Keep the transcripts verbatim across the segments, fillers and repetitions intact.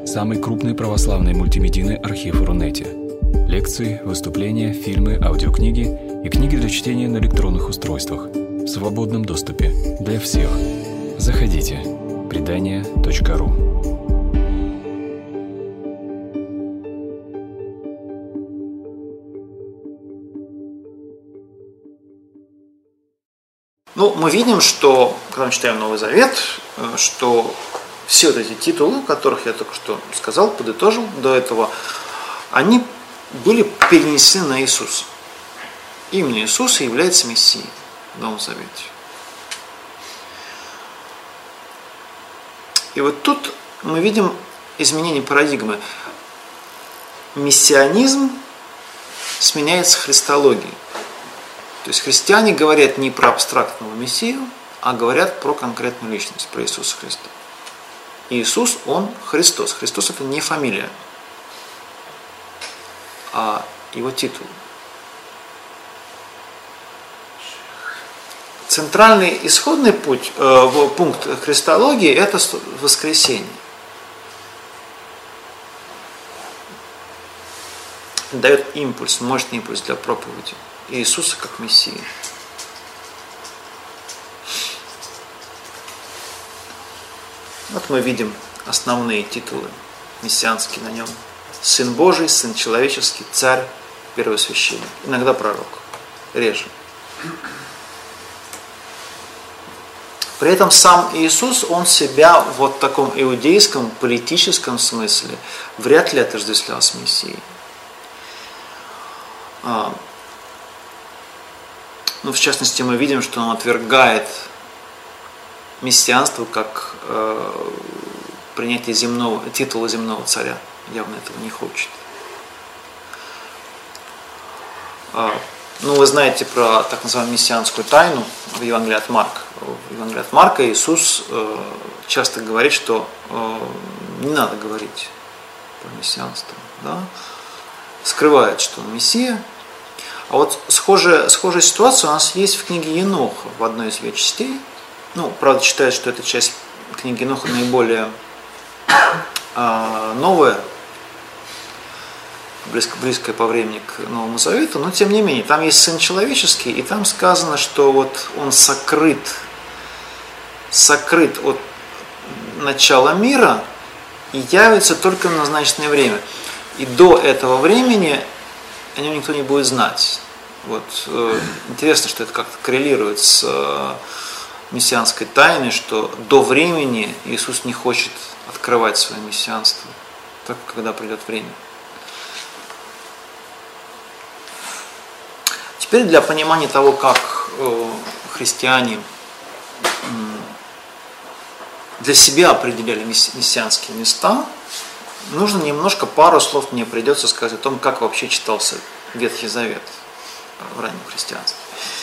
самый крупный православный мультимедийный архив Рунете. Лекции, выступления, фильмы, аудиокниги и книги для чтения на электронных устройствах в свободном доступе для всех. Заходите. предания точка ру. Ну, мы видим, что, когда мы читаем Новый Завет, что все вот эти титулы, которых я только что сказал, подытожил до этого, они были перенесены на Иисуса. Именно Иисус является Мессией в Новом Завете. И вот тут мы видим изменение парадигмы. Мессианизм сменяется христологией. То есть христиане говорят не про абстрактного Мессию, а говорят про конкретную личность, про Иисуса Христа. Иисус, Он Христос. Христос – это не фамилия, а Его титул. Центральный исходный путь, э, пункт христологии – это воскресение. Дает импульс, мощный импульс для проповеди Иисуса как Мессии. Вот мы видим основные титулы мессианские на нем. Сын Божий, Сын Человеческий, Царь, Первосвященник. Иногда Пророк. Реже. При этом сам Иисус, Он себя в вот таком иудейском, политическом смысле вряд ли отождествлял с Мессией. Ну, в частности, мы видим, что Он отвергает мессианство как э, принятие земного, титула земного царя. Явно этого не хочет. А, ну, вы знаете про так называемую мессианскую тайну в Евангелии от Марка. В Евангелии от Марка Иисус э, часто говорит, что э, не надо говорить про мессианство. Да? Скрывает, что Он Мессия. А вот схожая, схожая ситуация у нас есть в книге Еноха, в одной из ее частей. Ну, правда, считают, что эта часть книги Еноха наиболее э, новая, близко, близкая по времени к Новому Завету, но тем не менее, там есть Сын Человеческий, и там сказано, что вот Он сокрыт, сокрыт от начала мира и явится только в назначенное время. И до этого времени о нем никто не будет знать. Вот, э, интересно, что это как-то коррелирует с э, мессианской тайной, что до времени Иисус не хочет открывать свое мессианство, только когда придет время. Теперь для понимания того, как э, христиане э, для себя определяли мессианские места, нужно немножко, пару слов мне придется сказать о том, как вообще читался Ветхий Завет в раннем христианстве.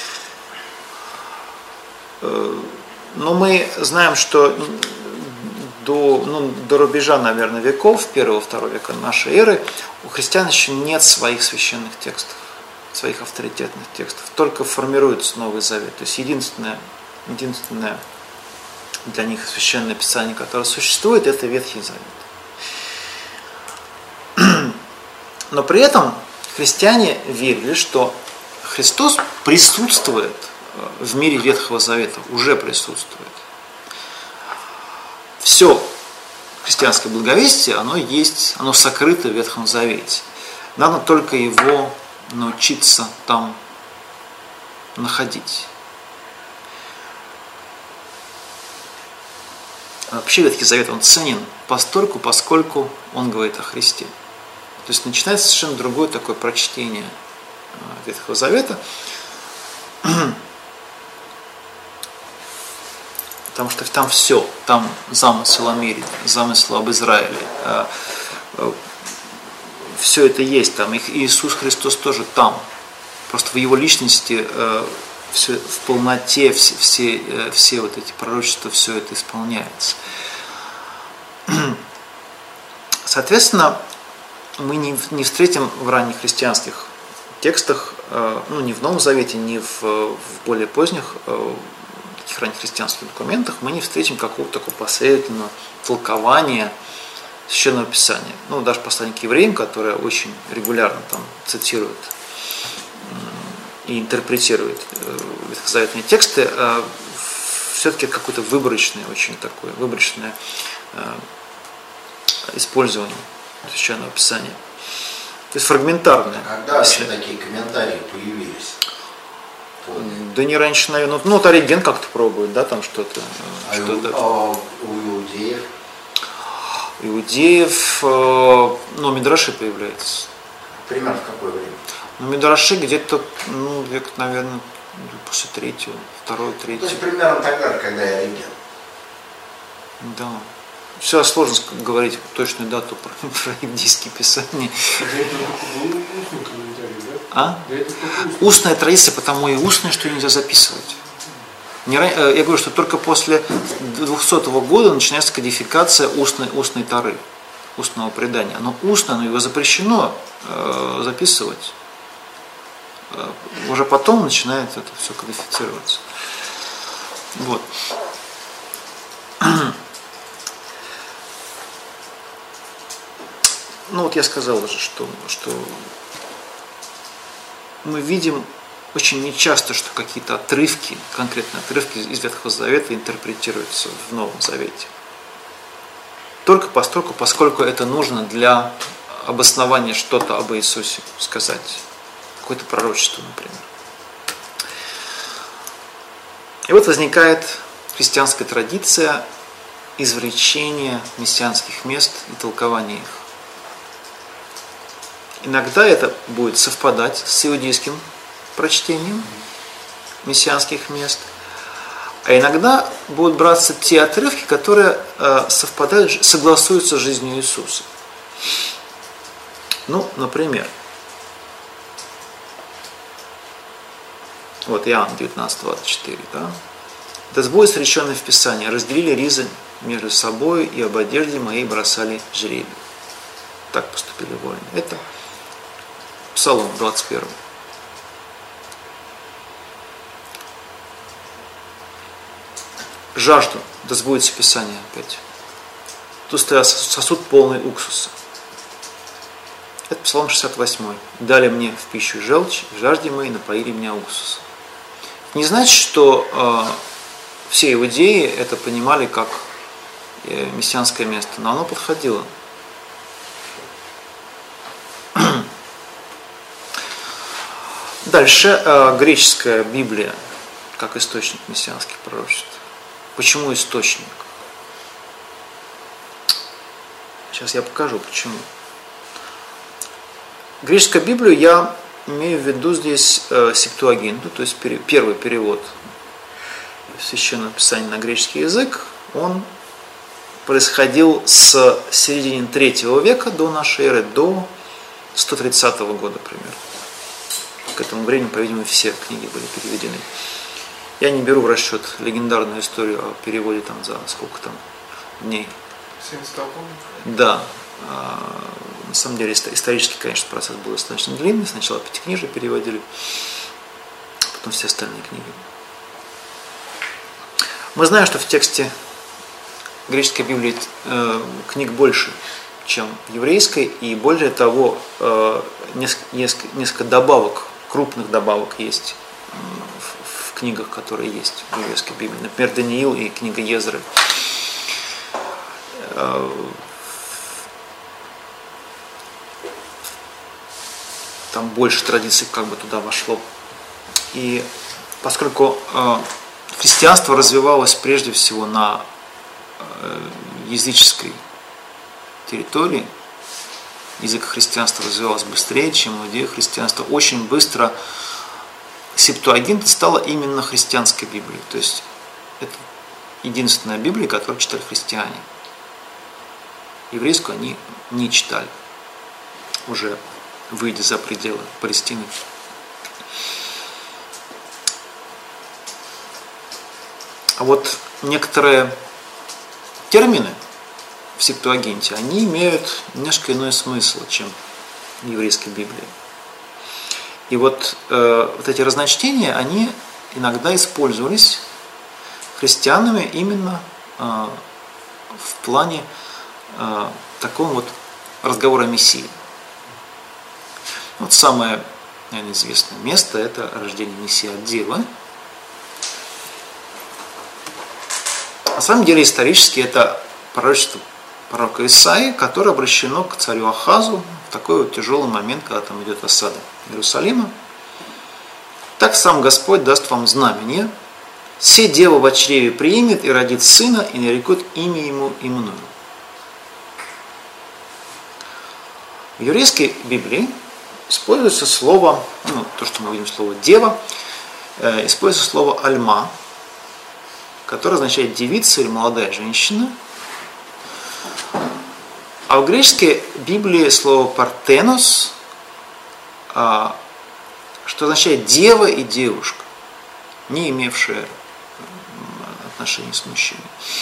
Но мы знаем, что до, ну, до рубежа, наверное, веков, первого-второго века нашей эры, у христиан еще нет своих священных текстов, своих авторитетных текстов. Только формируется Новый Завет. То есть единственное, единственное для них священное писание, которое существует, это Ветхий Завет. Но при этом христиане верили, что Христос присутствует в мире Ветхого Завета, уже присутствует. Все христианское благовестие, оно есть, оно сокрыто в Ветхом Завете. Надо только его научиться там находить. Вообще Ветхий Завет, он ценен постольку, поскольку он говорит о Христе. То есть начинается совершенно другое такое прочтение Ветхого Завета, потому что там все, там замысел о мире, замысел об Израиле, все это есть там, и Иисус Христос тоже там, просто в Его личности все, в полноте все, все, все вот эти пророчества, все это исполняется. Соответственно, мы не, не встретим в ранних христианских текстах, ну, ни в Новом Завете, ни в, в более поздних таких ранних христианских документах, мы не встретим какого-то такого последовательного толкования Священного Писания. Ну, даже послание к евреям, которое очень регулярно там цитирует и интерпретирует ветхозаветные тексты, все-таки какое-то выборочное, очень такое, выборочное использование Священного Писания. То есть фрагментарное. А когда вообще такие комментарии появились? Да не раньше, наверное. Ну, вот Ориген как-то пробует, да, там что-то. А, что-то. У, а у иудеев? Иудеев, ну, Мидраши появляется. Примерно в какое время? Ну, Мидраши где-то, ну, век, наверное, после третьего, второго, третьего. То есть примерно тогда, когда я Ориген. Да. Все сложно говорить точную дату про, про иудейские писания. А? Устная традиция, потому и устная, что ее нельзя записывать. Не, я говорю, что только после двухсотого года начинается кодификация устной, устной Торы, устного предания. Но устно, но его запрещено э, записывать. Э, уже потом начинает это все кодифицироваться. Вот. Ну вот я сказал уже, что, что мы видим очень нечасто, что какие-то отрывки, конкретные отрывки из Ветхого Завета интерпретируются в Новом Завете. Только постольку, поскольку это нужно для обоснования что-то об Иисусе сказать. Какое-то пророчество, например. И вот возникает христианская традиция извлечения мессианских мест и толкования их. Иногда это будет совпадать с иудейским прочтением мессианских мест, а иногда будут браться те отрывки, которые э, совпадают, согласуются с жизнью Иисуса. Ну, например, вот Иоанн девятнадцать двадцать четыре, да? «Да сбой среченный в Писании, разделили ризы между собой, и об одежде моей бросали жребий». Так поступили воины. Это Псалом двадцать первый. «Жажду, да сбудется Писание опять. Тут стоял сосуд полный уксуса». Это Псалом шестьдесят восьмой. «Дали мне в пищу желчь, в жажде моей напоили меня уксусом». Не значит, что э, все иудеи это понимали как э, мессианское место, но оно подходило. Дальше э, греческая Библия как источник мессианских пророчеств. Почему источник? Сейчас я покажу, почему. Греческую Библию я имею в виду здесь э, Септуагинту, то есть пере, первый перевод Священного Писания на греческий язык. Он происходил с середины третьего века до нашей эры до сто тридцатого года примерно. К этому времени, по-видимому, все книги были переведены. Я не беру в расчет легендарную историю о переводе там за сколько там дней. семьдесят толков? Да. На самом деле исторический, конечно, процесс был достаточно длинный. Сначала пятикнижие переводили, потом все остальные книги. Мы знаем, что в тексте греческой Библии э, книг больше, чем в еврейской, и более того, э, несколько, несколько добавок, крупных добавок есть в, в книгах, которые есть в еврейской Библии. Например, Даниил и книга Езры. Э, там больше традиций как бы туда вошло. И поскольку э, христианство развивалось прежде всего на э, языческой территории, язык христианства развивалось быстрее, чем иудея христианства, очень быстро Септуагинта стала именно христианской Библией. То есть это единственная Библия, которую читали христиане. Еврейскую они не читали, уже выйдя за пределы Палестины. А вот некоторые термины в Септуагинте, они имеют немножко иной смысл, чем в еврейской Библии. И вот, э, вот эти разночтения, они иногда использовались христианами именно э, в плане э, таком вот разговоре о Мессии. Вот самое, наверное, известное место – это рождение Мессии от Девы. На самом деле исторически это пророчество пророка Исаии, которое обращено к царю Ахазу в такой вот тяжелый момент, когда там идет осада Иерусалима. «Так сам Господь даст вам знамение, се дева в чреве примет и родит сына, и нарекут имя ему Иммануил». В еврейской Библии используется слово, ну, то, что мы видим слово «дева», э, используется слово «альма», которое означает девица или молодая женщина. А в греческой Библии слово «партенос», э, что означает «дева» и «девушка», не имевшая отношений с мужчиной.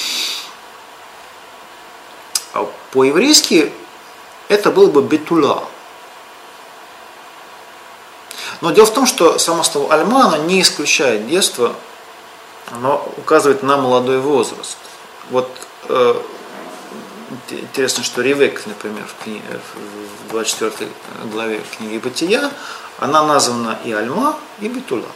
А по-еврейски это было бы «бетула». Но дело в том, что само слово «альма» оно не исключает детство, оно указывает на молодой возраст. Вот э, интересно, что Ревекка, например, в, книге, в двадцать четвёртой главе книги «Бытия», она названа и «альма», и «бетула».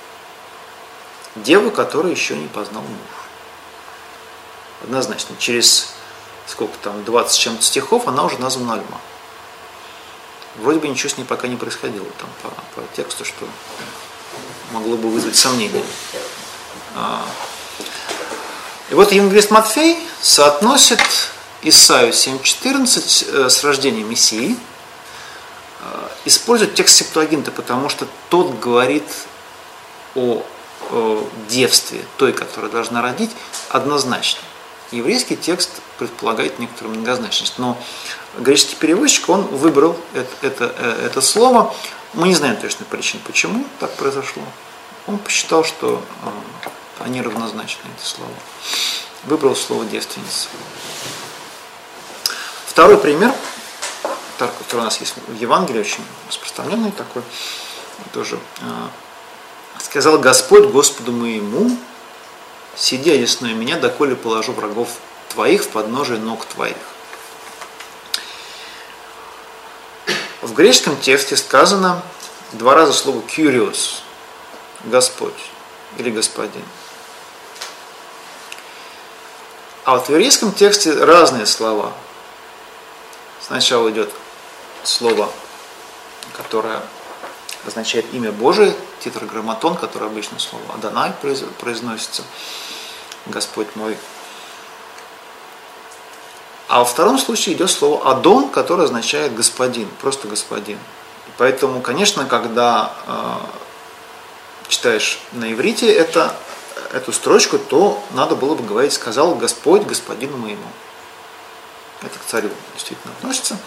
Дева, которая еще не познал муж. Однозначно, через сколько там, двадцать с чем-то стихов, она уже названа «альма». Вроде бы ничего с ней пока не происходило там по, по тексту, что могло бы вызвать сомнения. И вот евангелист Матфей соотносит Исаию семь четырнадцать с рождением Мессии, использует текст Септуагинты, потому что тот говорит о, о девстве, той, которая должна родить, однозначно. Еврейский текст предполагает некоторую многозначность, но греческий переводчик, он выбрал это, это, это слово. Мы не знаем точно причин, почему так произошло. Он посчитал, что они равнозначны, эти слова. Выбрал слово «девственница». Второй пример, который у нас есть в Евангелии, очень распространенный такой, тоже. «Сказал Господь Господу моему, сиди одесной меня, доколе положу врагов твоих в подножие ног твоих». В греческом тексте сказано два раза слово «кюриос» – «Господь» или «Господин». А вот в еврейском тексте разные слова. Сначала идет слово, которое означает имя Божие, тетраграмматон, которое обычно слово «Адонай» произносится, «Господь мой». А во втором случае идет слово «Адон», которое означает «господин», просто «господин». Поэтому, конечно, когда э, читаешь на иврите это, эту строчку, то надо было бы говорить «сказал Господь господину моему». Это к царю действительно относится.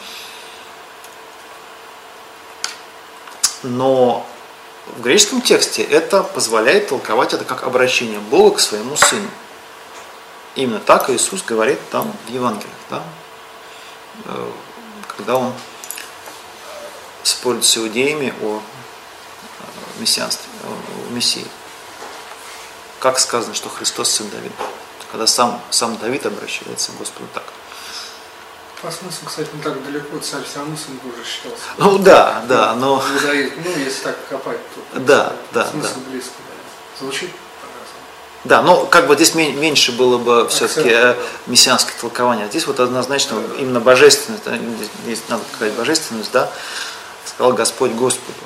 Но в греческом тексте это позволяет толковать это как обращение Бога к своему сыну. Именно так Иисус говорит там в Евангелиях, да? Когда он спорит с иудеями о мессианстве, о Мессии. Как сказано, что Христос сын Давида. Когда сам, сам Давид обращается к Господу так. По смыслу, кстати, не так далеко, царь все равно сын Божий считался. Ну да, да, но... Ну, если так копать, то да, да, смысл да. близко. Да. Звучит по-разному. Да, но как бы здесь меньше было бы все-таки мессианское толкование. Здесь вот однозначно именно божественность, здесь надо сказать божественность, да, сказал Господь Господу.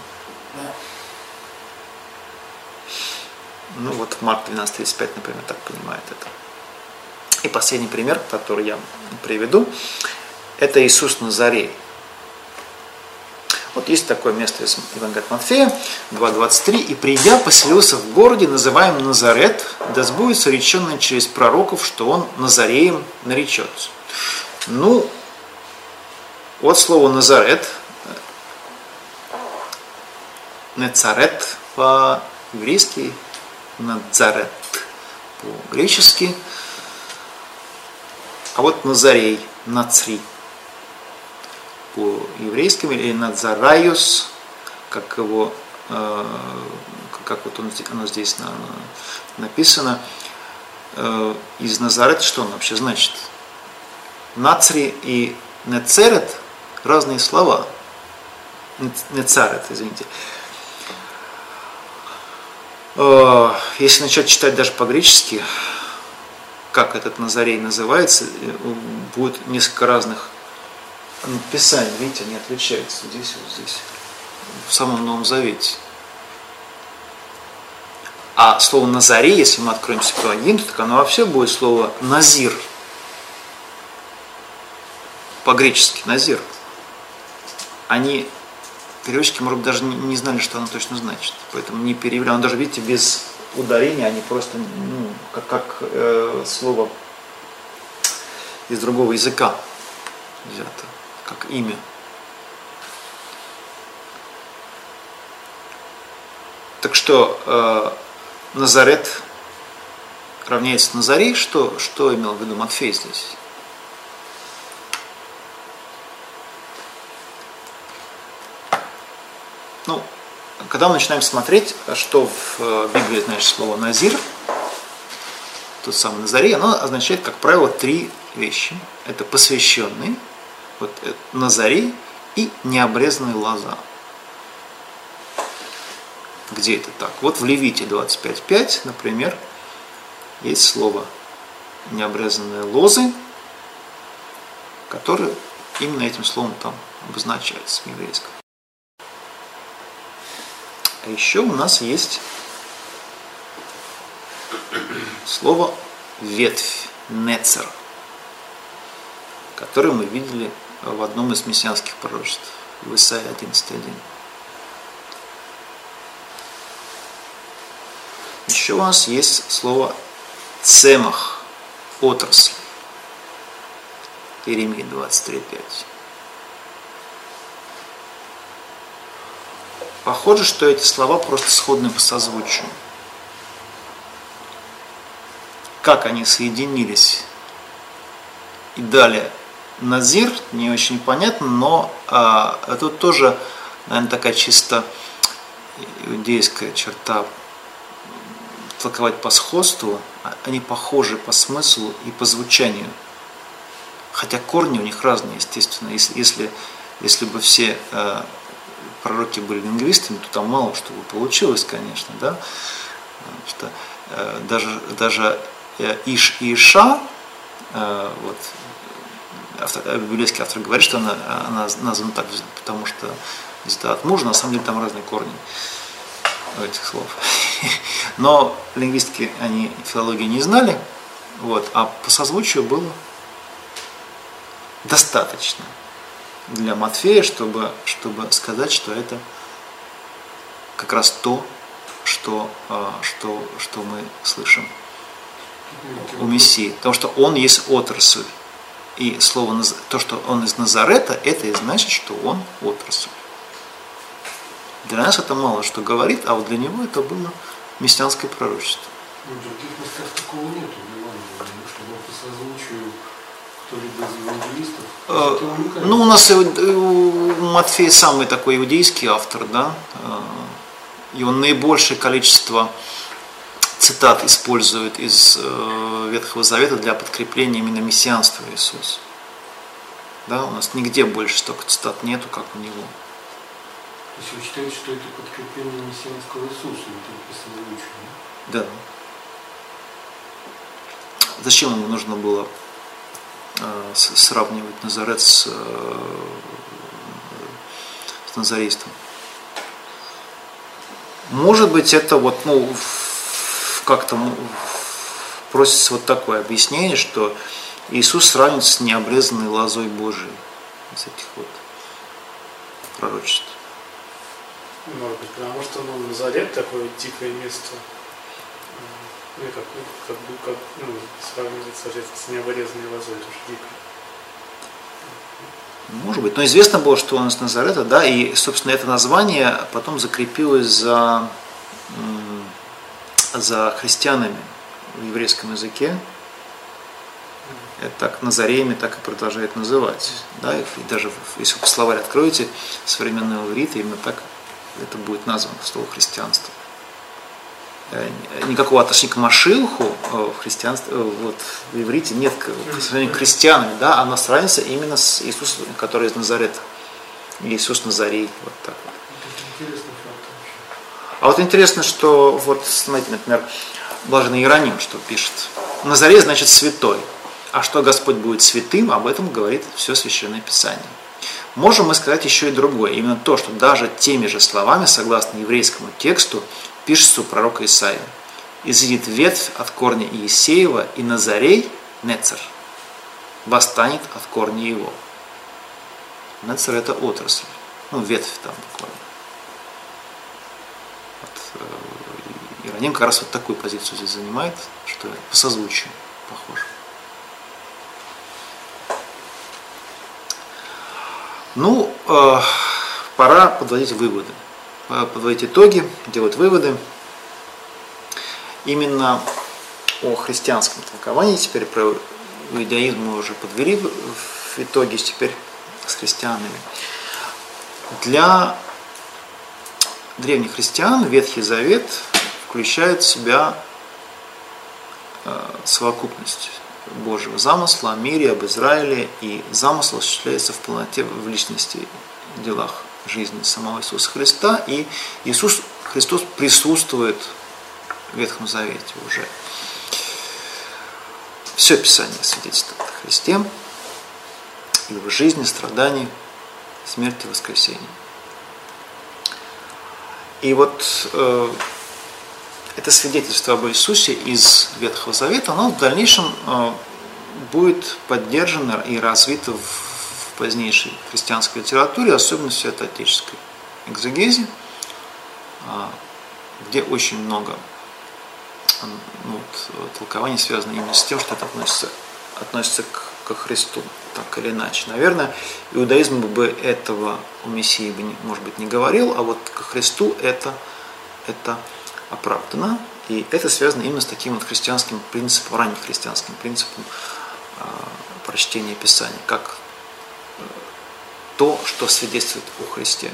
Ну вот Марк двенадцать тридцать пять, например, так понимает это. И последний пример, который я приведу, это Иисус Назарей. Вот есть такое место из Евангелия от Матфея, два двадцать три. «И придя, поселился в городе, называем Назарет, да сбудется реченное через пророков, что он Назареем наречется». Ну, вот слово Назарет, Нецарет по-еврейски, Назарет по-гречески, а вот Назарей, Нацри по-еврейски, или Назарайос, как его, э, как вот он, оно здесь на, написано, э, из Назарета, что он вообще значит? Нацри и нецерет – разные слова. Нецарет, извините. Если начать читать даже по-гречески, как этот Назарей называется, будет несколько разных написаний. Видите, они отличаются здесь и вот здесь, в самом Новом Завете. А слово Назарей, если мы откроем Септуагинту, так оно вообще будет слово Назир. По-гречески Назир. Они, переводчики, может быть, даже не знали, что оно точно значит. Поэтому не перевели. Оно даже, видите, без ударения, они просто, ну, как, как э, слово из другого языка взято, как имя. Так что э, Назарет равняется Назарей. Что, что имел в виду Матфей здесь? Ну, когда мы начинаем смотреть, что в Библии значит слово «назир», тот самый Назарей, оно означает, как правило, три вещи. Это посвященный, вот, Назарей и необрезанная лоза. Где это так? Вот в Левите двадцать пять пять, например, есть слово «необрезанные лозы», которое именно этим словом там обозначается в еврейском. А еще у нас есть слово «ветвь», «нецер», которое мы видели в одном из мессианских пророчеств, в Исаии одиннадцать один. Еще у нас есть слово «цемах», «отрасль», Иеремии двадцать три пять. Похоже, что эти слова просто сходны по созвучию. Как они соединились и дали Назир, не очень понятно, но а, это тоже, наверное, такая чисто иудейская черта, толковать по сходству. Они похожи по смыслу и по звучанию. Хотя корни у них разные, естественно. Если, если, если бы все э, пророки были лингвистами, то там мало что бы получилось, конечно, да. Что, э, даже, даже э, Иш и Иша, э, вот, автор, библейский автор говорит, что она, она названа так, потому что это от мужа, на самом деле там разные корни у этих слов. Но лингвистики, они филологии не знали, вот, а по созвучию было достаточно для Матфея, чтобы, чтобы сказать, что это как раз то, что, что, что мы слышим у Мессии. Потому что он есть отрасль. И слово, то, что он из Назарета, это и значит, что он отрасль. Для нас это мало что говорит, а вот для него это было мессианское пророчество. В других местах такого нету, чтобы по созвучию кто-либо из евангелистов. Ну, у нас Матфей самый такой иудейский автор, да, и он наибольшее количество цитат использует из Ветхого Завета для подкрепления именно мессианства Иисуса. Да, у нас нигде больше столько цитат нету, как у него. То есть вы считаете, что это подкрепление мессианского Иисуса, это по созвучию? Да. Зачем ему нужно было э, сравнивать Назарет с, э, с назарейством? Может быть, это вот, ну, как-то просится вот такое объяснение, что Иисус сравнится с необрезанной лозой Божией из этих вот пророчеств. Может быть, потому что ну, Назарет такое дикое место. Ну, как, как, как ну, сравнивать с необрезанной лозой, это же дико. Может быть, но известно было, что он из Назарета, да, и, собственно, это название потом закрепилось за, за христианами в еврейском языке. Это так назареями так и продолжает называть. Да, и даже если вы словарь откроете современного иврита, именно так это будет названо, слово христианство. никакого отношения к Машилху в христианстве, вот, в иврите нет к сравнению крестьянами, да, она сравнится именно с Иисусом, который из Назарета. Иисус Назарей, вот так вот. Интересный факт. А вот интересно, что, вот, смотрите, например, Блаженный Иероним, что пишет. Назарей значит святой. А что Господь будет святым, об этом говорит все Священное Писание. Можем мы сказать еще и другое. Именно то, что даже теми же словами, согласно еврейскому тексту, пишется у пророка Исаии. «Изъедет ветвь от корня Иисеева, и Назарей, Нецер, восстанет от корня его». Нецер – это отрасль, ну, ветвь там буквально. Вот, Иероним как раз вот такую позицию здесь занимает, что по созвучию похоже. Ну, э, пора подводить выводы, подводить итоги, делать выводы. Именно о христианском толковании, теперь про иудаизм мы уже подвели в итоге теперь с христианами. Для древних христиан Ветхий Завет включает в себя э, совокупность Божьего замысла о мире, об Израиле, и замысл осуществляется в полноте в личности, в делах жизни самого Иисуса Христа, и Иисус Христос присутствует в Ветхом Завете уже. Все Писание свидетельствует о Христе, Его жизни, страдании, смерти, воскресении. И вот э, это свидетельство об Иисусе из Ветхого Завета, оно в дальнейшем э, будет поддержано и развито в, в позднейшей христианской литературе, особенно в святоотеческой экзегезе, э, где очень много э, ну, вот, толкований связано именно с тем, что это относится, относится к, ко Христу, так или иначе. Наверное, иудаизм бы этого у Мессии бы, может быть, не говорил, а вот ко Христу это, это оправдано, и это связано именно с таким вот христианским принципом, раннехристианским принципом э, прочтения Писания, как э, то, что свидетельствует о Христе.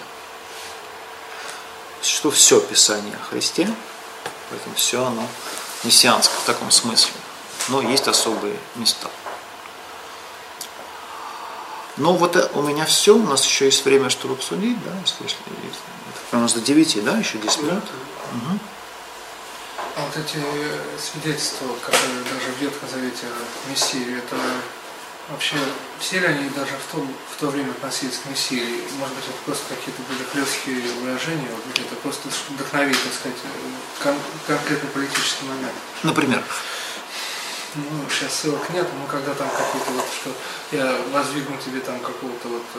Что все Писание о Христе, поэтому все оно мессианское в таком смысле, но есть особые места. Ну вот у меня все, у нас еще есть время, чтобы обсудить, да, если, если у нас до девяти, да, еще десять минут. Угу. А вот эти свидетельства, которые даже в Ветхом Завете Мессии, это вообще все ли они даже в, том, в то время относились к Мессии? Может быть, это просто какие-то были хлесткие выражения, вот где-то просто вдохновить, так сказать, кон- конкретный политический момент? Например? Ну, сейчас ссылок нет, но когда там какой-то вот, что я воздвигну тебе там какого-то вот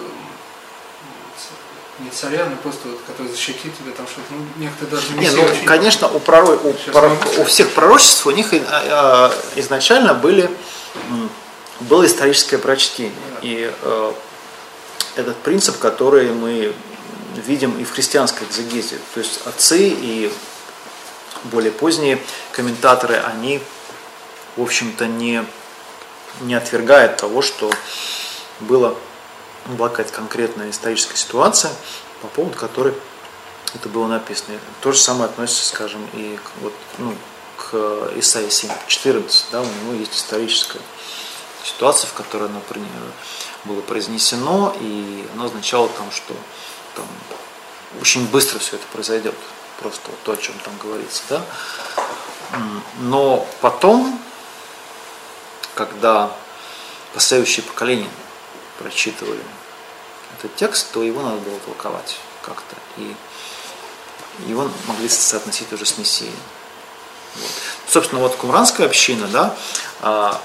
не царя, но просто вот, который защитит тебя, там что-то, ну, некоторые даже не, не ну, очень... конечно, у, проро... у, про... у всех пророчеств у них изначально были, было историческое прочтение. Да. И э, этот принцип, который мы видим и в христианской экзегезе, то есть отцы и более поздние комментаторы, они, в общем-то, не, не отвергают того, что было, была какая-то конкретная историческая ситуация, по поводу которой это было написано. То же самое относится, скажем, и к, вот, ну, к Исаии семь четырнадцать, да, у него есть историческая ситуация, в которой оно было произнесено, и оно означало, там, что там, очень быстро все это произойдет, просто вот то, о чем там говорится. Да? Но потом, когда последующие поколения прочитывали этот текст, то его надо было толковать как-то, и его могли соотносить уже с Мессией. Вот. Собственно, вот кумранская община, да,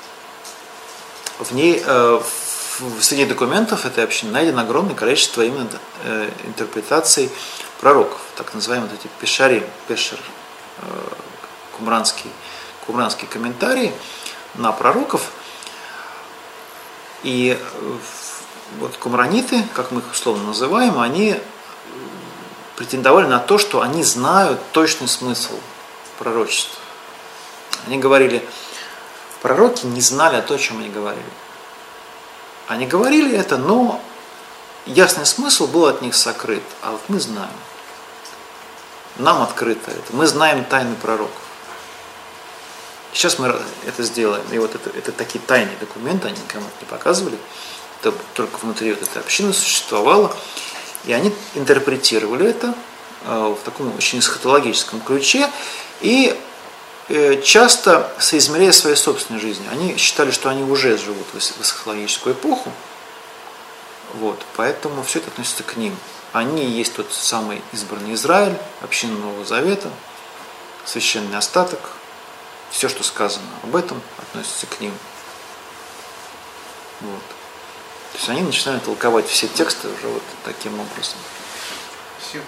в ней, в среди документов этой общины найдено огромное количество именно интерпретаций пророков, так называемые вот эти пешарим, пешер, кумранские, кумранские комментарии на пророков. И вот кумраниты, как мы их условно называем, они претендовали на то, что они знают точный смысл пророчества. Они говорили, пророки не знали о том, о чем они говорили. Они говорили это, но ясный смысл был от них сокрыт, а вот мы знаем. нам открыто это. Мы знаем тайны пророков. Сейчас мы это сделаем. И вот это, это такие тайные документы, они никому не показывали. Это только внутри вот этой общины существовало. И они интерпретировали это э, в таком очень эсхатологическом ключе. И э, часто соизмеряя своей собственной жизнью. Они считали, что они уже живут в эсхатологическую эпоху. Вот, поэтому все это относится к ним. Они и есть тот самый избранный Израиль, община Нового Завета, священный остаток. Все, что сказано об этом, относится к ним. Вот. То есть они начинают толковать все тексты уже вот таким образом. Спасибо.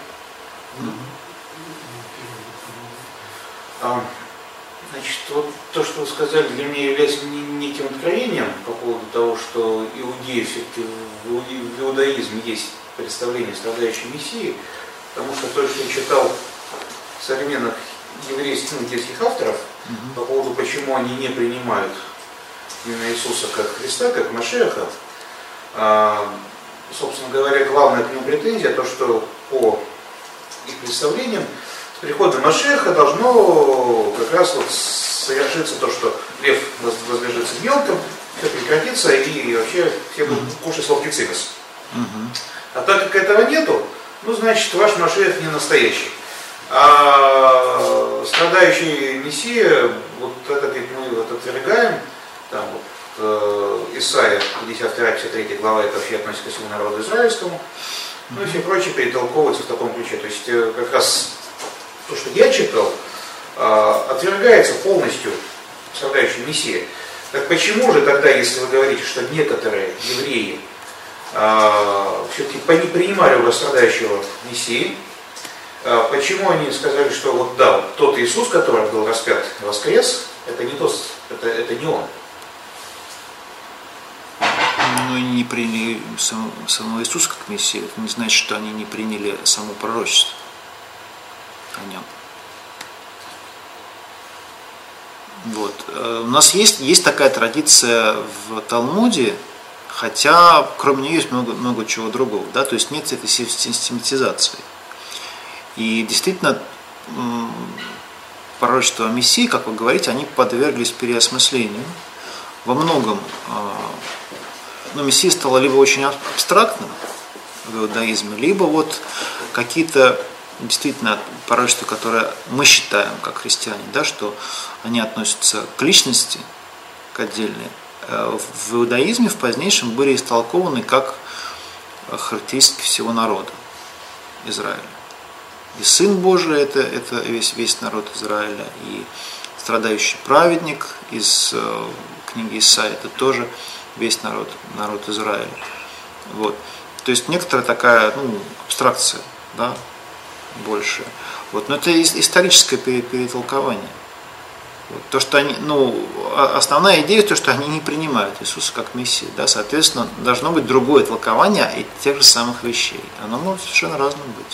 А, значит, вот то, что вы сказали, для меня является неким откровением по поводу того, что иудеи все-таки в иудаизме есть представление о страдающей Мессии, потому что то, что я читал современных еврейских, ну, еврейских авторов, mm-hmm. по поводу, почему они не принимают именно Иисуса как Христа, как Машеха, а, собственно говоря, главная к нему претензия, то, что по их представлениям с приходом Машеха должно как раз вот совершиться то, что лев возлежится мелком, все прекратится и вообще все будут кушать сладкий цимес. Mm-hmm. А так как этого нету, ну, значит, ваш Машех не настоящий. А страдающий Мессия, вот это, говорит, мы вот отвергаем, там вот э, Исайя, пятьдесят вторая пятьдесят третья глава, это вообще относится ко всему народу израильскому, ну и все прочее перетолковывается в таком ключе. То есть э, как раз то, что я читал, э, отвергается полностью страдающий Мессия. Так почему же тогда, если вы говорите, что некоторые евреи э, все-таки не принимали уже страдающего Мессии, почему они сказали, что вот да, вот тот Иисус, который был распят и воскрес, это не тот, это, это не он? Ну и не приняли самого, самого Иисуса как Мессию. Это не значит, что они не приняли само пророчество о нем. Вот. У нас есть, есть такая традиция в Талмуде, хотя кроме нее есть много, много чего другого. Да? То есть нет этой систематизации. И действительно, пророчества о Мессии, как вы говорите, они подверглись переосмыслению. Во многом ну, Мессия стала либо очень абстрактным в иудаизме, либо вот какие-то действительно пророчества, которые мы считаем как христиане, да, что они относятся к личности, к отдельной, в иудаизме в позднейшем были истолкованы как характеристики всего народа Израиля. И Сын Божий это, это весь, весь народ Израиля, и страдающий праведник из э, книги Исаии это тоже весь народ, народ Израиля. Вот. То есть некоторая такая ну, абстракция, да, большая. Вот. Но это историческое перетолкование. Вот. То, что они, ну, основная идея то, что они не принимают Иисуса как Мессию. Да, соответственно, должно быть другое толкование тех же самых вещей. Оно может совершенно разным быть.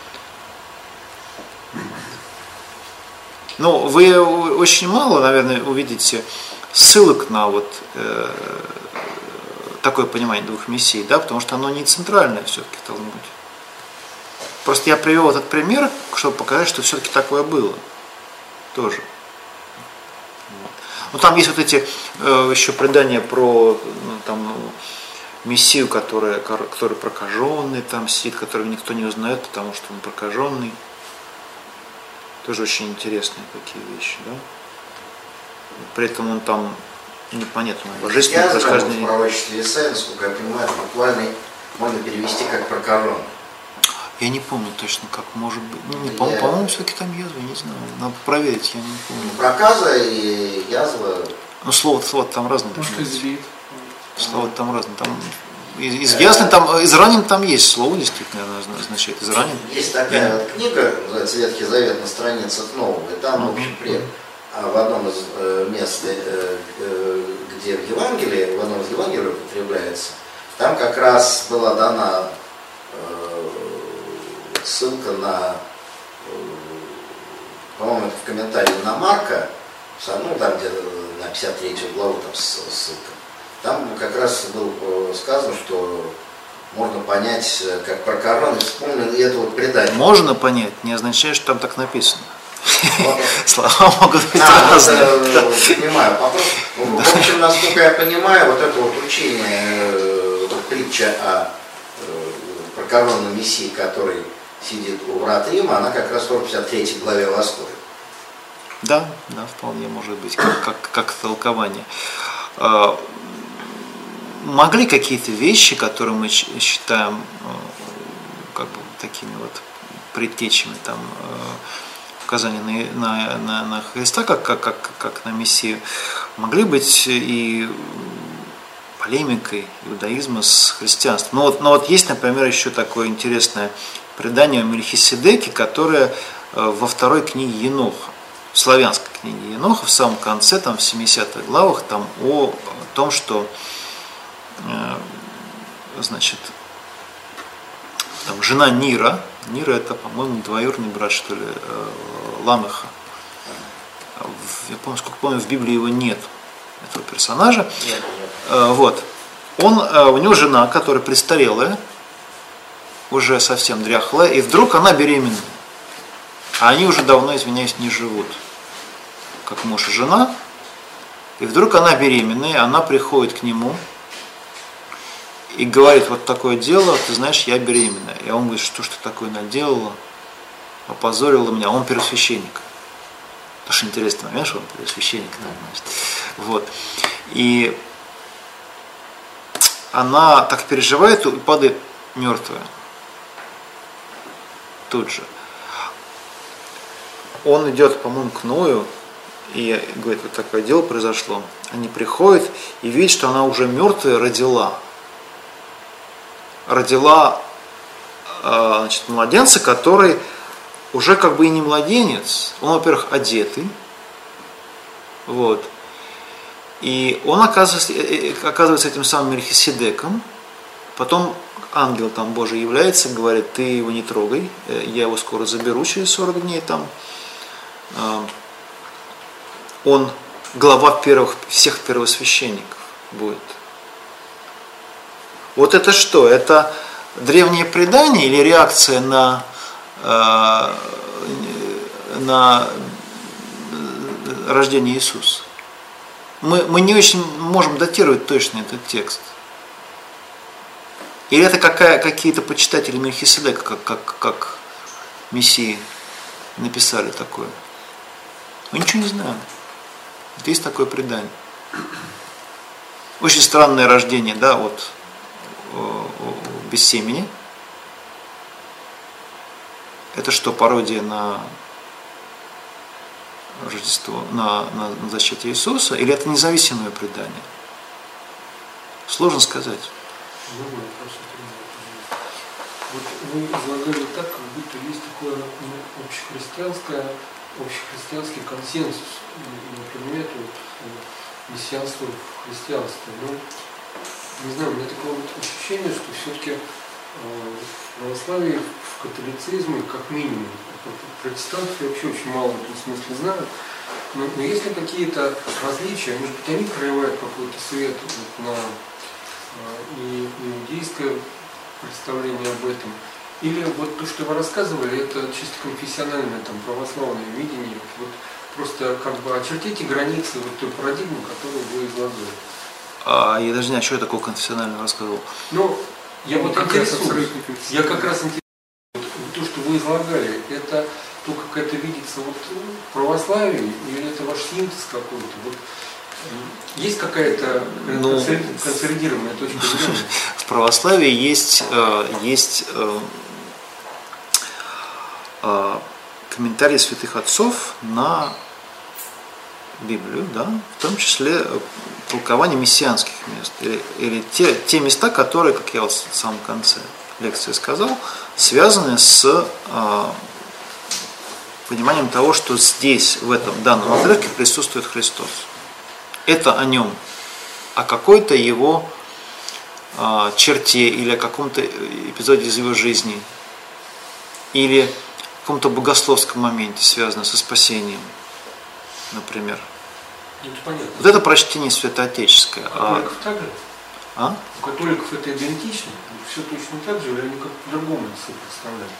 Ну, вы очень мало, наверное, увидите ссылок на вот э, такое понимание двух мессий, да, потому что оно не центральное все-таки в Талмуде. Просто я привел этот пример, чтобы показать, что все-таки такое было тоже. Вот. Ну, там есть вот эти э, еще предания про ну, там, ну, Мессию, который, который прокаженный там сидит, которого никто не узнает, потому что он прокаженный. Тоже очень интересные такие вещи, да? При этом он там непонятно, божественное происхождение. В пророчестве Исаии, насколько я понимаю, буквально можно перевести как прокаженный. Я не помню точно, как может быть. Ну, не помню, я... по-моему, все-таки там язва, не знаю. Надо проверить, я не помню. Проказа и язва. Ну, слово, слово там разное. Может, избит. Слово там разное. Там изъяснен, там, изранен там есть слово, действительно, означает изранен. Есть такая вот книга, называется «Ветхий Завет» на страницах Нового, и там, в общем, при, в одном из мест, где в Евангелии, в одном из Евангелий употребляется, там как раз была дана ссылка на, по-моему, это в комментарии на Марка, ну, там где-то на пятьдесят третью главу там ссылка. Там как раз было сказано, что можно понять, как про корону, вспомнил это вот предание. Можно понять, не означает, что там так написано. Вот. Слова могут быть а, разные. Это, понимаю. В общем, насколько я понимаю, вот это вот учение, вот притча о про коронном мессии, который сидит у врат Рима, она как раз в сто пятьдесят третьей главе восходит. Да, да, вполне может быть, как, как, как толкование. Могли какие-то вещи, которые мы считаем как бы такими вот предтечами, там, указания на, на, на, на Христа, как, как, как, как на Мессию, могли быть и полемикой иудаизма с христианством. Но вот, но вот есть, например, еще такое интересное предание о Мельхиседеке, которое во второй книге Еноха, в славянской книге Еноха, в самом конце, там в семидесятых главах, там о том, что значит, там жена Нира, Нира это, по-моему, двоюродный брат, что ли, Ламеха. Я помню, сколько помню, в Библии его нет, этого персонажа. Нет, нет. Вот. Он, у него жена, которая престарелая, уже совсем дряхлая, и вдруг она беременна. А они уже давно, извиняюсь, не живут, как муж и жена. И вдруг она беременная, она приходит к нему и говорит: вот такое дело, ты знаешь, я беременна. И он говорит: что ж ты такое наделала, опозорила меня. Он первосвященник. Тоже интересный момент, что он первосвященник. Да, значит. Вот. И она так переживает и падает мертвая. Тут же. Он идет, по-моему, к Ною и говорит: вот такое дело произошло. Они приходят и видят, что она уже мертвая родила. Родила значит, младенца, который уже как бы и не младенец. Он, во-первых, одетый. Вот. И он оказывается, оказывается этим самым Мельхиседеком. Потом ангел там Божий является, говорит: ты его не трогай, я его скоро заберу через сорок дней там. Он глава первых, всех первосвященников будет. Вот это что? Это древнее предание или реакция на, э, на рождение Иисуса? Мы, мы не очень можем датировать точно этот текст. Или это какая, какие-то почитатели Мельхиседека, как, как, как Мессии, написали такое? Мы ничего не знаем. Есть такое предание. Очень странное рождение, да, вот без семени. Это что, пародия на Рождество, на, на, на зачатие Иисуса, или это независимое предание? Сложно сказать. Вот вы излагали так, как будто есть такое ну, общехристианское, общехристианский консенсус на предмет вот, мессианства в христианстве. Но, не знаю, у меня такое вот ощущение, что все-таки э, в православии, в католицизме, как минимум, протестантов я вообще очень мало в этом смысле знаю, но, но есть ли какие-то различия, может быть, они проявляют какой-то свет вот, на э, и иудейское представление об этом, или вот то, что вы рассказывали, это чисто конфессиональное, там, православное видение, вот просто как бы очертите границы вот той парадигмы, которую вы излагали. А, я даже не знаю, что я такого конфессионального рассказывал. Ну, я ну, вот как интересуюсь, я как раз интересуюсь, вот, то, что вы излагали, это то, как это видится вот в православии, или это ваш синтез какой-то? Вот, есть какая-то ну, консолидированная точка зрения? В православии есть, есть комментарии святых отцов на Библию, да, в том числе толкование мессианских мест, или, или те, те места, которые, как я вот в самом конце лекции сказал, связаны с э, пониманием того, что здесь, в этом данном отрывке присутствует Христос. Это о нем, о какой-то его э, черте или о каком-то эпизоде из его жизни, или в каком-то богословском моменте, связанном со спасением, например. Это понятно. Вот это прочтение святоотеческое. А, а, А? У католиков это идентично? Все точно так же, или они как по-другому себе представляют?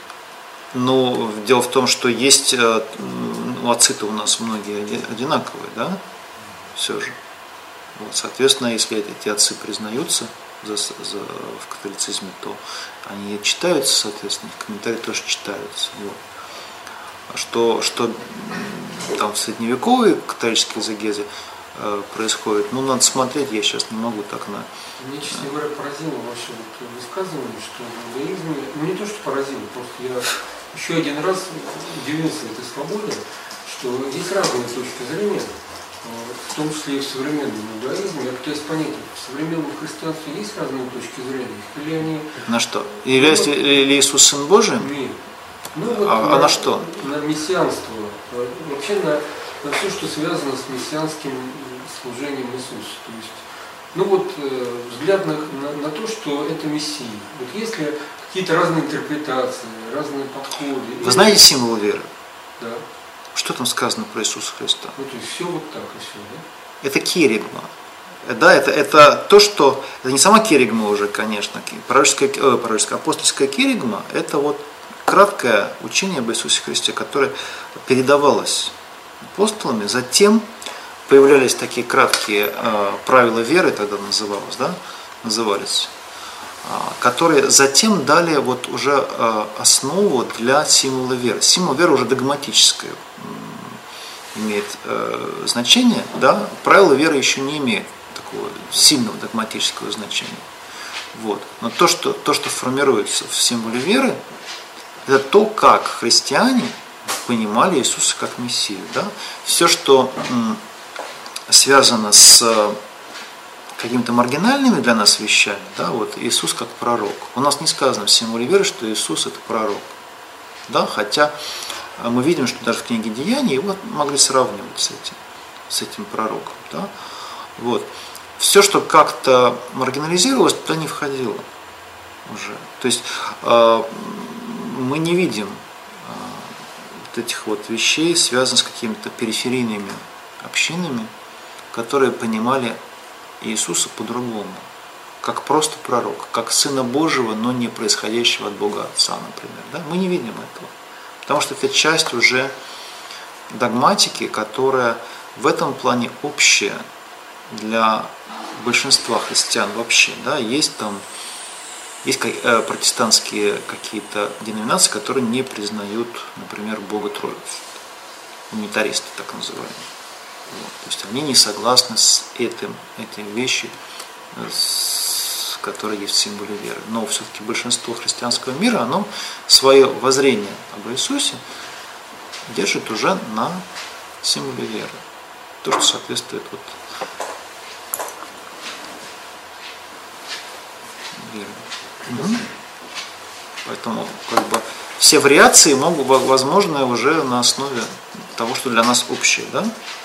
Ну, дело в том, что есть, ну, отцы-то у нас многие одинаковые, да, все же. Вот, соответственно, если эти отцы признаются за, за, в католицизме, то они читаются, соответственно, в комментарии тоже читаются. Вот. А что, что там в средневековой католической экзегезе э, происходит, ну, надо смотреть, я сейчас не могу так на... Мне, честно говоря, поразило ваше вот высказывание, что в иудаизме, ну не то, что поразило, просто я еще один раз удивился этой свободе, что есть разные точки зрения, в том числе и в современном иудаизме. Я пытаюсь понять, в современном христианстве есть разные точки зрения? Или они... На что? Является ли Иисус Сын Божий? Нет. Ну, вот а, на, а на что? На мессианство. Вообще на, на все, что связано с мессианским служением Иисуса. То есть, ну вот э, взгляд на, на, на то, что это Мессия. Вот если какие-то разные интерпретации, разные подходы. Вы или... знаете символ веры? Да. Что там сказано про Иисуса Христа? Ну, то есть все вот так и все, да? Это керигма. Да, это, это то, что... Это не сама керигма уже, конечно. Пророческая, э, пророческая апостольская керигма – это вот краткое учение об Иисусе Христе, которое передавалось апостолами. Затем появлялись такие краткие э, правила веры, тогда называлось, да, назывались, э, которые затем дали вот уже э, основу для символа веры. Символ веры уже догматическое имеет э, значение, да, правила веры еще не имеют такого сильного догматического значения. Вот. Но то что, то, что формируется в символе веры, это то, как христиане понимали Иисуса как Мессию. Да? Все, что м, связано с какими-то маргинальными для нас вещами, да, вот Иисус как пророк. У нас не сказано в символе веры, что Иисус это пророк. Да? Хотя мы видим, что даже в книге Деяний его могли сравнивать с этим, с этим пророком. Да? Вот. Все, что как-то маргинализировалось, туда не входило уже. То есть э, мы не видим э, вот этих вот вещей, связанных с какими-то периферийными общинами, которые понимали Иисуса по-другому, как просто пророк, как Сына Божьего, но не происходящего от Бога Отца, например. Да? Мы не видим этого. Потому что это часть уже догматики, которая в этом плане общая для большинства христиан вообще. Да? Есть там есть протестантские какие-то деноминации, которые не признают, например, Бога Троицу. Унитаристы, так называемые. Вот. То есть они не согласны с этим, этой вещью, с, которая есть в символе веры. Но все-таки большинство христианского мира, оно свое воззрение об Иисусе держит уже на символе веры. То, что соответствует вот вере. Угу. Поэтому как бы все вариации могут быть возможны уже на основе того, что для нас общее, да?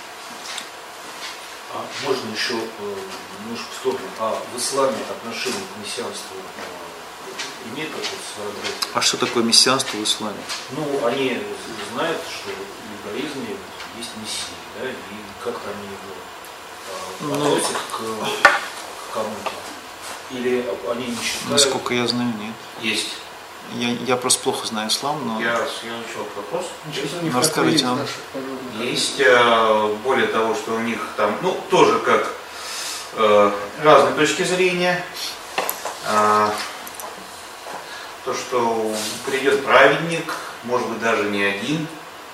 А можно еще немножко в сторону. А в исламе отношение к мессианству имеет какое-то своеобразие? А что такое мессианство в исламе? Ну, они знают, что в иудаизме есть мессия, да, и как-то они его относят к, к кому-то. Или они не считают? Насколько я знаю, нет. Есть. Я, я просто плохо знаю ислам, но... Я, я начал вопрос. Ну, расскажите нам. Есть, более того, что у них там, ну, тоже как э, разные точки зрения. Э, то, что придет праведник, может быть, даже не один.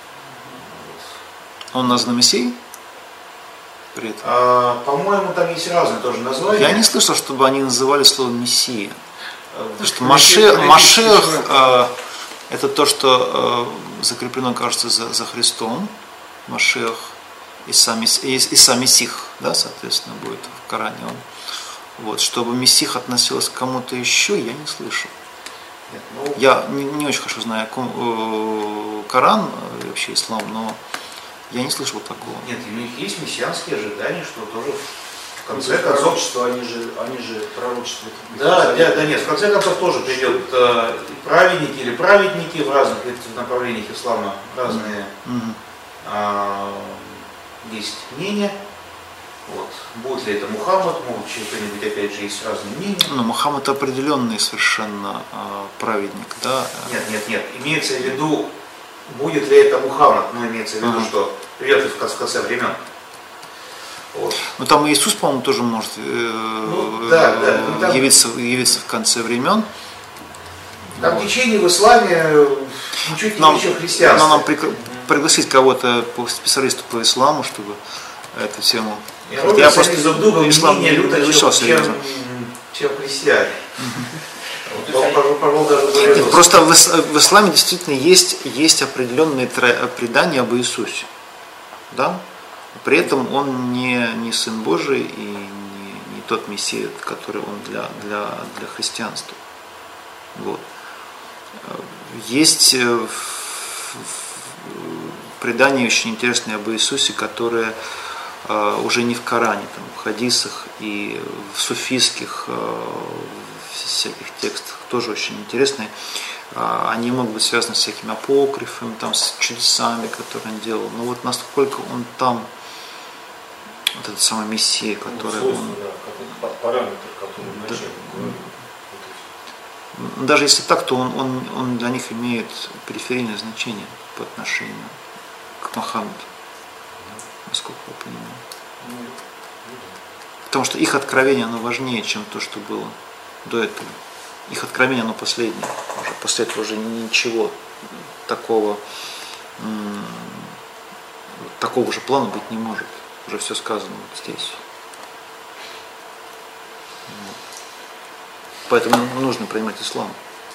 Он назван Мессией? При этом? А, по-моему, там есть разные тоже названия. Я не слышал, чтобы они называли слово Мессия. Потому что Машех, Машех э, это то, что э, закреплено, кажется, за, за Христом. Машех и сам, и, и сам Мессих, да, соответственно, будет в Коране. Он. Вот, чтобы Мессих относилось к кому-то еще, я не слышал. Нет, ну... Я не, не очень хорошо знаю э, Коран, э, вообще ислам, но я не слышал такого. Нет, у них есть мессианские ожидания, что тоже в конце концов... Что они же, они же пророчествуют. Да, да, да, нет, в конце концов тоже придет э, праведники или праведники в разных направлениях ислама, разные Mm-hmm. э, есть мнения. Вот. Будет ли это Мухаммад, могут что-нибудь, опять же, есть разные мнения. Ну, Мухаммад определенный совершенно э, праведник, да? Нет, нет, нет. Имеется в виду, будет ли это Мухаммад, но имеется в виду, ага. что вряд ли в конце, в конце времен. Вот. Ну там и Иисус, по-моему, тоже может э, ну, да, да, ну, там, явиться, явиться в конце времен. Там вот. Течение в исламе чуть не еще христианство. Нам при, пригласить кого-то по специалисту по исламу, чтобы эту тему. Я, я просто ислам не изучал серьезно. Чем христиане. Нет, просто в, в исламе действительно есть, есть определенные предания об Иисусе. Да? При этом он не, не Сын Божий и не, не тот Мессия, который он для, для, для христианства. Вот. Есть предания очень интересные об Иисусе, которые уже не в Коране, там, в хадисах и в суфийских всяких текстах, тоже очень интересные. Они могут быть связаны с всякими апокрифами, там, с чудесами, которые он делал. Но вот насколько он там, вот этот самый Мессия, который ну, он... Да, параметр, который да, ну, даже если так, то он, он, он для них имеет периферийное значение по отношению к Мухаммаду, насколько я понимаю. Потому что их откровение, оно важнее, чем то, что было до этого. Их откровение, оно последнее. Уже после этого уже ничего такого, такого же плана быть не может. Уже все сказано вот здесь. Поэтому нужно принимать ислам.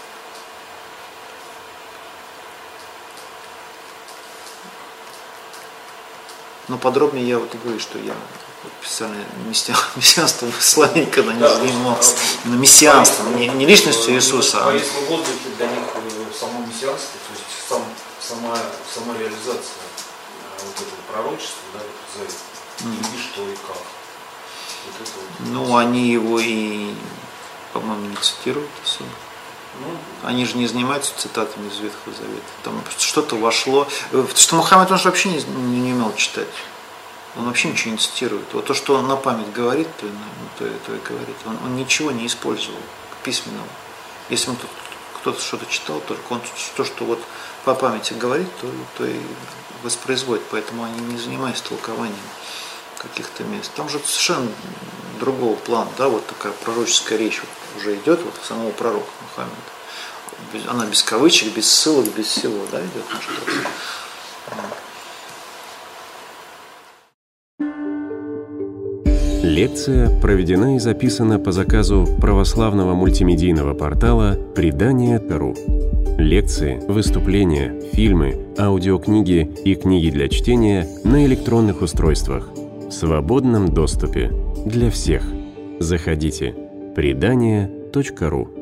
Но подробнее я вот и говорю, что я специально мессианством в исламе никогда не занимался. Именно мессианством, не, не личностью Иисуса. А если в воздухе для них само мессианство, то есть сам, сама, сама реализация вот этого пророчества, да, вот, за и что и как. Вот это вот. Ну, они его и, по-моему, не цитируют особо. Ну, они же не занимаются цитатами из Ветхого Завета. Там что-то вошло. Потому что Мухаммад, он же вообще не, не, не умел читать. Он вообще ничего не цитирует. Вот то, что он на память говорит, то, то, то и говорит. Он, он ничего не использовал письменного. Если он кто-то что-то читал, только он то, что вот по памяти говорит, то, то и воспроизводит. Поэтому они не занимаются толкованием каких-то мест. Там же совершенно другого плана, да, вот такая пророческая речь вот уже идет вот самого пророка Мухаммеда. Она без кавычек, без ссылок, без всего, да, идет на что-то. Лекция проведена и записана по заказу православного мультимедийного портала предания точка ру. Лекции, выступления, фильмы, аудиокниги и книги для чтения на электронных устройствах в свободном доступе для всех. Заходите предания точка ру.